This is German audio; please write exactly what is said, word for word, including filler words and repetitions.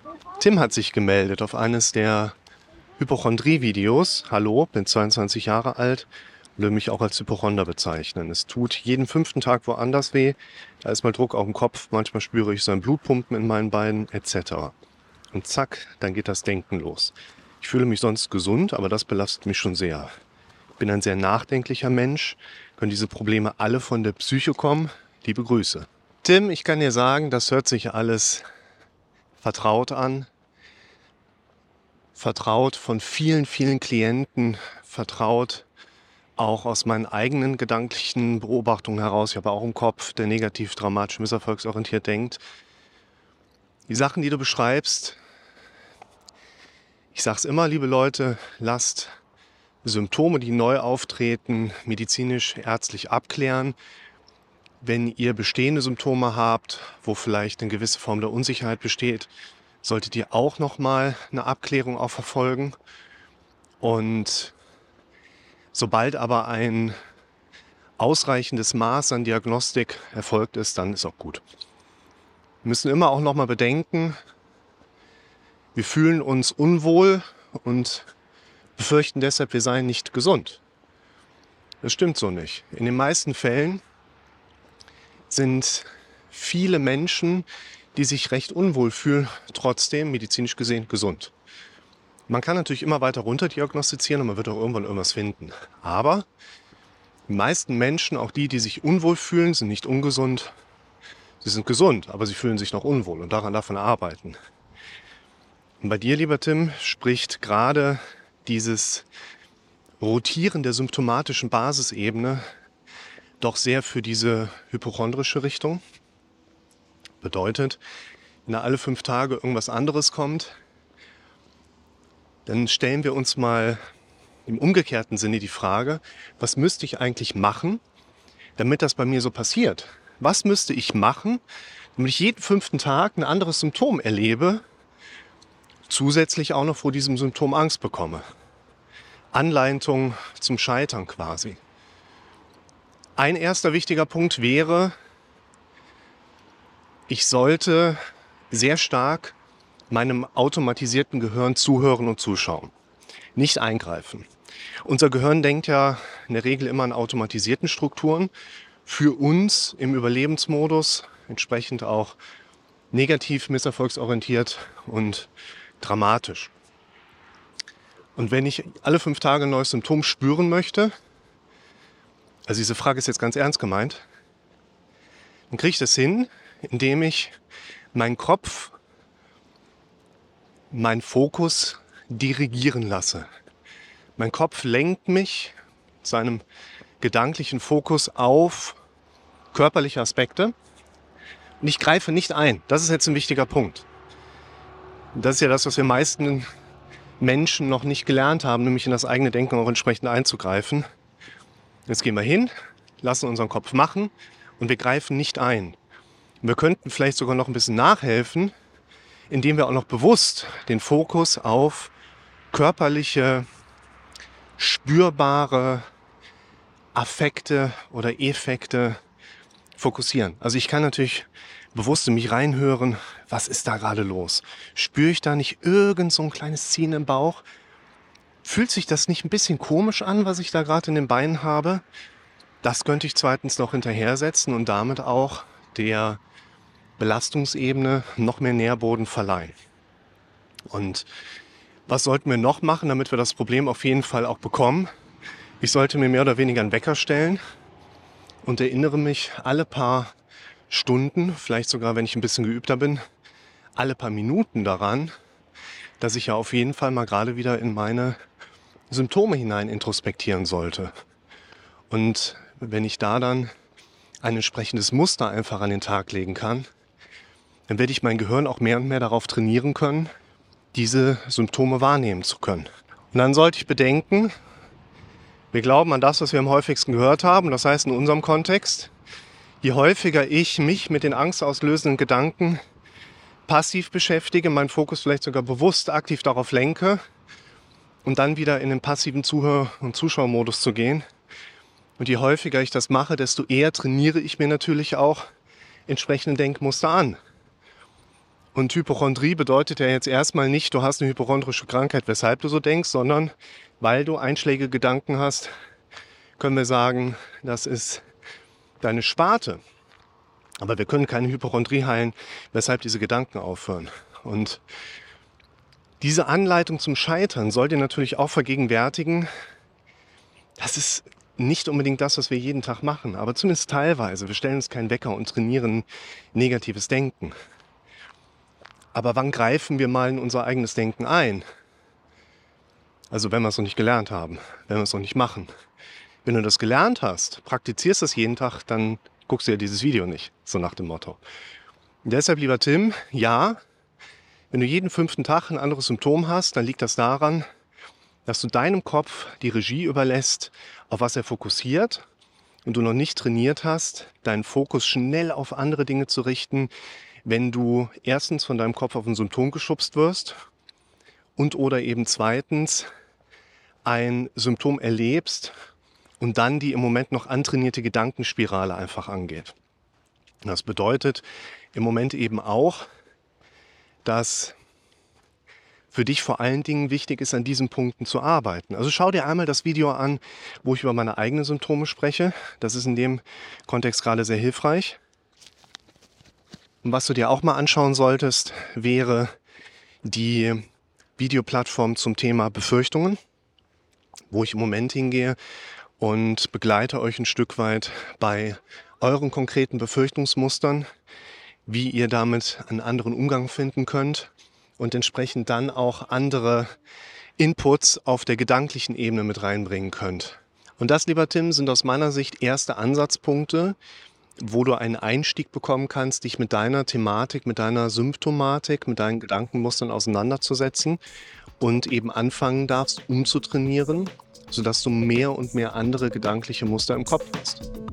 Tim hat sich gemeldet auf eines der Hypochondrie-Videos. Hallo, bin zweiundzwanzig Jahre alt und will mich auch als Hypochonder bezeichnen. Es tut jeden fünften Tag woanders weh. Da ist mal Druck auf dem Kopf, manchmal spüre ich so ein Blutpumpen in meinen Beinen et cetera. Und zack, dann geht das Denken los. Ich fühle mich sonst gesund, aber das belastet mich schon sehr. Ich bin ein sehr nachdenklicher Mensch, können diese Probleme alle von der Psyche kommen. Liebe Grüße. Tim, ich kann dir sagen, das hört sich alles vertraut an. Vertraut von vielen, vielen Klienten, vertraut auch aus meinen eigenen gedanklichen Beobachtungen heraus. Ich habe auch im Kopf, der negativ, dramatisch, misserfolgsorientiert denkt. Die Sachen, die du beschreibst, ich sage es immer, liebe Leute, lasst Symptome, die neu auftreten, medizinisch, ärztlich abklären. Wenn ihr bestehende Symptome habt, wo vielleicht eine gewisse Form der Unsicherheit besteht, solltet ihr auch nochmal eine Abklärung auch verfolgen. Und sobald aber ein ausreichendes Maß an Diagnostik erfolgt ist, dann ist auch gut. Wir müssen immer auch nochmal bedenken, wir fühlen uns unwohl und befürchten deshalb, wir seien nicht gesund. Das stimmt so nicht. In den meisten Fällen sind viele Menschen, die sich recht unwohl fühlen, trotzdem medizinisch gesehen gesund. Man kann natürlich immer weiter runter diagnostizieren und man wird auch irgendwann irgendwas finden. Aber die meisten Menschen, auch die, die sich unwohl fühlen, sind nicht ungesund. Sie sind gesund, aber sie fühlen sich noch unwohl und daran darf man arbeiten. Und bei dir, lieber Tim, spricht gerade dieses Rotieren der symptomatischen Basisebene doch sehr für diese hypochondrische Richtung. Bedeutet, wenn da alle fünf Tage irgendwas anderes kommt, dann stellen wir uns mal im umgekehrten Sinne die Frage, was müsste ich eigentlich machen, damit das bei mir so passiert? Was müsste ich machen, damit ich jeden fünften Tag ein anderes Symptom erlebe, zusätzlich auch noch vor diesem Symptom Angst bekomme? Anleitung zum Scheitern quasi. Ein erster wichtiger Punkt wäre, ich sollte sehr stark meinem automatisierten Gehirn zuhören und zuschauen. Nicht eingreifen. Unser Gehirn denkt ja in der Regel immer an automatisierten Strukturen. Für uns im Überlebensmodus entsprechend auch negativ, misserfolgsorientiert und dramatisch. Und wenn ich alle fünf Tage ein neues Symptom spüren möchte, also diese Frage ist jetzt ganz ernst gemeint, dann kriege ich das hin, indem ich meinen Kopf, meinen Fokus dirigieren lasse. Mein Kopf lenkt mich mit seinem gedanklichen Fokus auf körperliche Aspekte und ich greife nicht ein. Das ist jetzt ein wichtiger Punkt. Das ist ja das, was wir meisten Menschen noch nicht gelernt haben, nämlich in das eigene Denken auch entsprechend einzugreifen. Jetzt gehen wir hin, lassen unseren Kopf machen und wir greifen nicht ein. Wir könnten vielleicht sogar noch ein bisschen nachhelfen, indem wir auch noch bewusst den Fokus auf körperliche, spürbare Affekte oder Effekte fokussieren. Also ich kann natürlich bewusst in mich reinhören, was ist da gerade los? Spüre ich da nicht irgend so ein kleines Ziehen im Bauch? Fühlt sich das nicht ein bisschen komisch an, was ich da gerade in den Beinen habe? Das könnte ich zweitens noch hinterher setzen und damit auch der Belastungsebene noch mehr Nährboden verleihen. Und was sollten wir noch machen, damit wir das Problem auf jeden Fall auch bekommen? Ich sollte mir mehr oder weniger einen Wecker stellen und erinnere mich alle paar Stunden, vielleicht sogar, wenn ich ein bisschen geübter bin, alle paar Minuten daran, dass ich ja auf jeden Fall mal gerade wieder in meine Symptome hinein introspektieren sollte. Und wenn ich da dann ein entsprechendes Muster einfach an den Tag legen kann, dann werde ich mein Gehirn auch mehr und mehr darauf trainieren können, diese Symptome wahrnehmen zu können. Und dann sollte ich bedenken, wir glauben an das, was wir am häufigsten gehört haben. Das heißt in unserem Kontext, je häufiger ich mich mit den angstauslösenden Gedanken passiv beschäftige, meinen Fokus vielleicht sogar bewusst aktiv darauf lenke und dann wieder in den passiven Zuhör- und Zuschauermodus zu gehen. Und je häufiger ich das mache, desto eher trainiere ich mir natürlich auch entsprechende Denkmuster an. Und Hypochondrie bedeutet ja jetzt erstmal nicht, du hast eine hypochondrische Krankheit, weshalb du so denkst, sondern weil du einschlägige Gedanken hast, können wir sagen, das ist deine Sparte. Aber wir können keine Hypochondrie heilen, weshalb diese Gedanken aufhören. Und diese Anleitung zum Scheitern soll dir natürlich auch vergegenwärtigen, das ist nicht unbedingt das, was wir jeden Tag machen, aber zumindest teilweise. Wir stellen uns keinen Wecker und trainieren negatives Denken. Aber wann greifen wir mal in unser eigenes Denken ein? Also wenn wir es noch nicht gelernt haben, wenn wir es noch nicht machen. Wenn du das gelernt hast, praktizierst das jeden Tag, dann guckst du ja dieses Video nicht, so nach dem Motto. Und deshalb, lieber Tim, ja, wenn du jeden fünften Tag ein anderes Symptom hast, dann liegt das daran, dass du deinem Kopf die Regie überlässt, auf was er fokussiert und du noch nicht trainiert hast, deinen Fokus schnell auf andere Dinge zu richten, wenn du erstens von deinem Kopf auf ein Symptom geschubst wirst und oder eben zweitens ein Symptom erlebst und dann die im Moment noch antrainierte Gedankenspirale einfach angeht. Das bedeutet im Moment eben auch, dass für dich vor allen Dingen wichtig ist, an diesen Punkten zu arbeiten. Also schau dir einmal das Video an, wo ich über meine eigenen Symptome spreche. Das ist in dem Kontext gerade sehr hilfreich. Und was du dir auch mal anschauen solltest, wäre die Videoplattform zum Thema Befürchtungen, wo ich im Moment hingehe und begleite euch ein Stück weit bei euren konkreten Befürchtungsmustern, wie ihr damit einen anderen Umgang finden könnt und entsprechend dann auch andere Inputs auf der gedanklichen Ebene mit reinbringen könnt. Und das, lieber Tim, sind aus meiner Sicht erste Ansatzpunkte, wo du einen Einstieg bekommen kannst, dich mit deiner Thematik, mit deiner Symptomatik, mit deinen Gedankenmustern auseinanderzusetzen und eben anfangen darfst, umzutrainieren, sodass du mehr und mehr andere gedankliche Muster im Kopf hast.